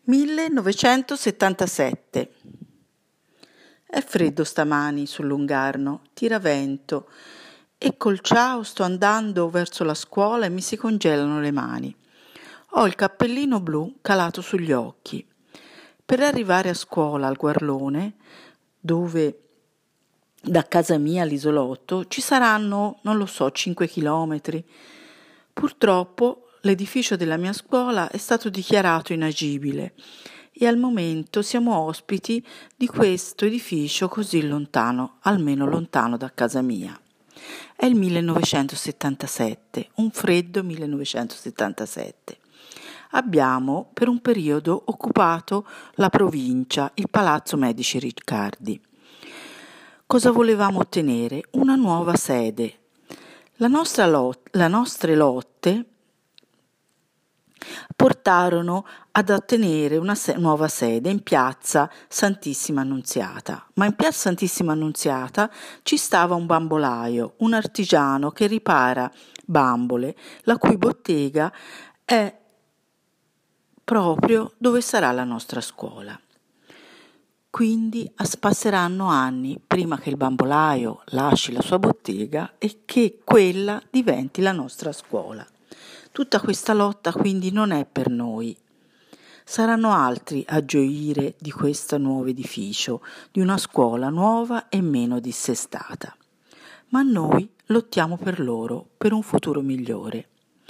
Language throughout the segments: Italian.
1977. È freddo stamani sul Lungarno, tira vento e col ciao sto andando verso la scuola e mi si congelano le mani. Ho il cappellino blu calato sugli occhi. Per arrivare a scuola al Guarlone, dove da casa mia all'isolotto ci saranno, 5 chilometri. Purtroppo l'edificio della mia scuola è stato dichiarato inagibile e al momento siamo ospiti di questo edificio così lontano, almeno lontano da casa mia. È il 1977, un freddo 1977. Abbiamo per un periodo occupato la provincia, il Palazzo Medici Riccardi. Cosa volevamo ottenere? Una nuova sede. Le nostre lotte portarono ad ottenere una nuova sede in piazza Santissima Annunziata, ma in piazza Santissima Annunziata ci stava un bambolaio, un artigiano che ripara bambole, la cui bottega è proprio dove sarà la nostra scuola. Quindi passeranno anni prima che il bambolaio lasci la sua bottega e che quella diventi la nostra scuola. Tutta questa lotta quindi non è per noi. Saranno altri a gioire di questo nuovo edificio, di una scuola nuova e meno dissestata. Ma noi lottiamo per loro, per un futuro migliore.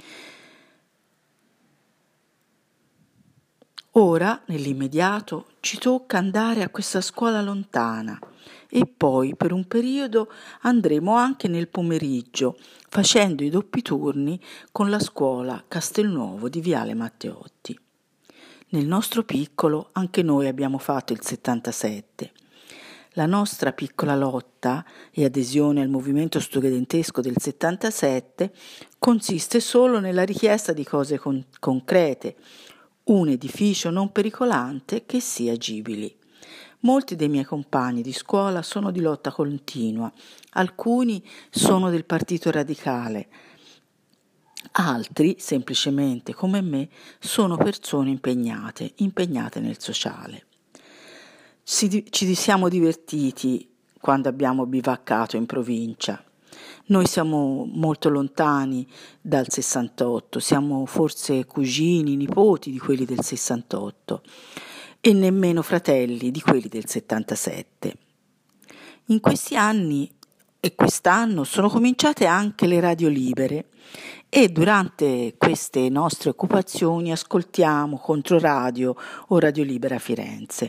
Ora, nell'immediato, ci tocca andare a questa scuola lontana e poi per un periodo andremo anche nel pomeriggio, facendo i doppi turni con la scuola Castelnuovo di Viale Matteotti. Nel nostro piccolo anche noi abbiamo fatto il 77. La nostra piccola lotta e adesione al movimento studentesco del 77 consiste solo nella richiesta di cose concrete, un edificio non pericolante che sia agibili. Molti dei miei compagni di scuola sono di lotta continua, alcuni sono del Partito Radicale, altri, semplicemente come me, sono persone impegnate nel sociale. Ci siamo divertiti quando abbiamo bivaccato in provincia. Noi siamo molto lontani dal 68, siamo forse cugini, nipoti di quelli del 68 e nemmeno fratelli di quelli del 77. In questi anni e quest'anno sono cominciate anche le radio libere e durante queste nostre occupazioni ascoltiamo Controradio o Radio Libera Firenze.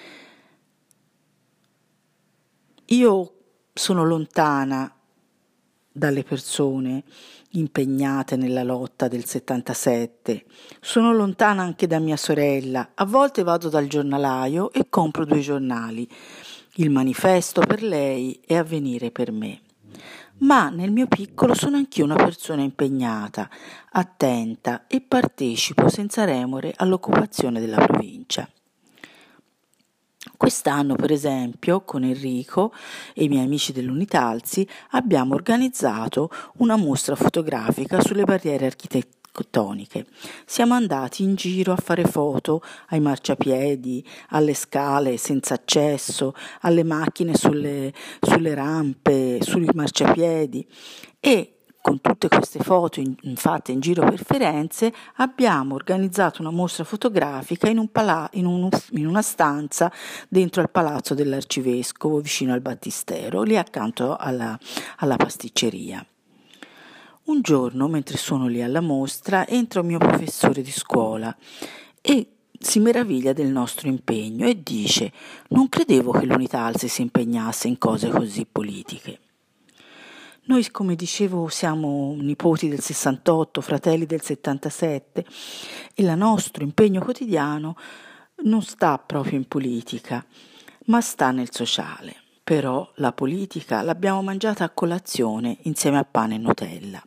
Io sono lontana dalle persone impegnate nella lotta del 77. Sono lontana anche da mia sorella. A volte vado dal giornalaio e compro 2 giornali, Il Manifesto per lei e Avvenire per me. Ma nel mio piccolo sono anch'io una persona impegnata, attenta e partecipo senza remore all'occupazione della provincia. Quest'anno, per esempio, con Enrico e i miei amici dell'Unitalsi abbiamo organizzato una mostra fotografica sulle barriere architettoniche. Siamo andati in giro a fare foto ai marciapiedi, alle scale senza accesso, alle macchine sulle rampe, sui marciapiedi e con tutte queste foto fatte in giro per Firenze abbiamo organizzato una mostra fotografica in una stanza dentro al palazzo dell'arcivescovo vicino al battistero, lì accanto alla pasticceria. Un giorno, mentre sono lì alla mostra, entra un mio professore di scuola e si meraviglia del nostro impegno e dice: «Non credevo che l'Unitalsi si impegnasse in cose così politiche». Noi, come dicevo, siamo nipoti del 68, fratelli del 77 e il nostro impegno quotidiano non sta proprio in politica, ma sta nel sociale. Però la politica l'abbiamo mangiata a colazione insieme a pane e Nutella.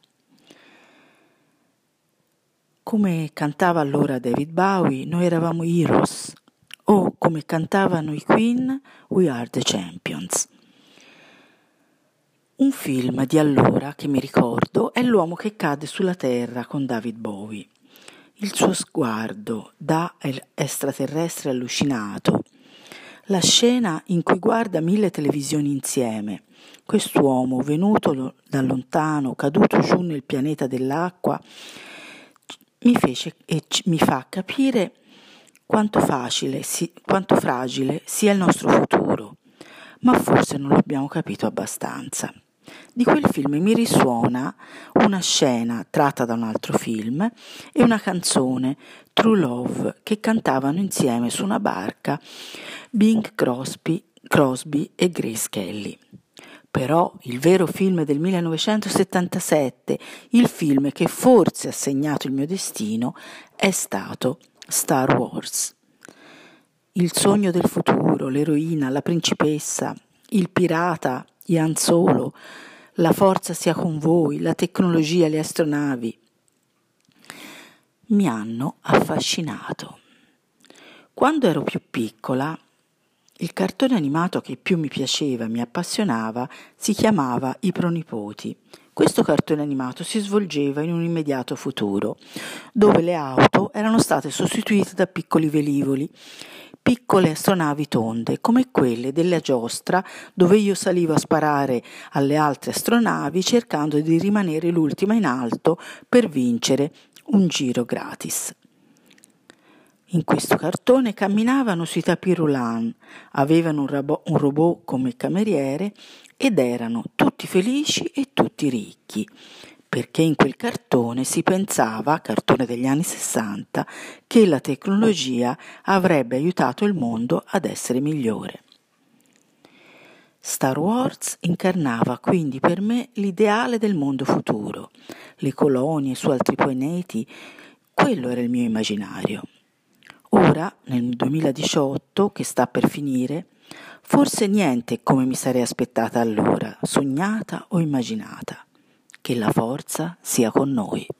Come cantava allora David Bowie, noi eravamo heroes, o come cantavano i Queen, we are the champions. Un film di allora che mi ricordo è L'uomo che cade sulla terra con David Bowie. il suo sguardo da extraterrestre allucinato, la scena in cui guarda 1000 televisioni insieme, quest'uomo venuto da lontano, caduto giù nel pianeta dell'acqua, mi fa capire quanto fragile sia il nostro futuro, ma forse non l'abbiamo capito abbastanza. Di quel film mi risuona una scena tratta da un altro film e una canzone, True Love, che cantavano insieme su una barca Bing Crosby e Grace Kelly. Però il vero film del 1977, il film che forse ha segnato il mio destino, è stato Star Wars. Il sogno del futuro, l'eroina, la principessa, il pirata, Han Solo, la forza sia con voi, la tecnologia, le astronavi, mi hanno affascinato. Quando ero più piccola, il cartone animato che più mi piaceva, mi appassionava, si chiamava I Pronipoti. Questo cartone animato si svolgeva in un immediato futuro, dove le auto erano state sostituite da piccoli velivoli, piccole astronavi tonde, come quelle della giostra dove io salivo a sparare alle altre astronavi cercando di rimanere l'ultima in alto per vincere un giro gratis. In questo cartone camminavano sui tapis roulant, avevano un robot come cameriere ed erano tutti felici e tutti ricchi, perché in quel cartone si pensava, cartone degli anni 60, che la tecnologia avrebbe aiutato il mondo ad essere migliore. Star Wars incarnava quindi per me l'ideale del mondo futuro, le colonie su altri pianeti, quello era il mio immaginario. Ora, nel 2018, che sta per finire, forse niente come mi sarei aspettata allora, sognata o immaginata. Che la forza sia con noi.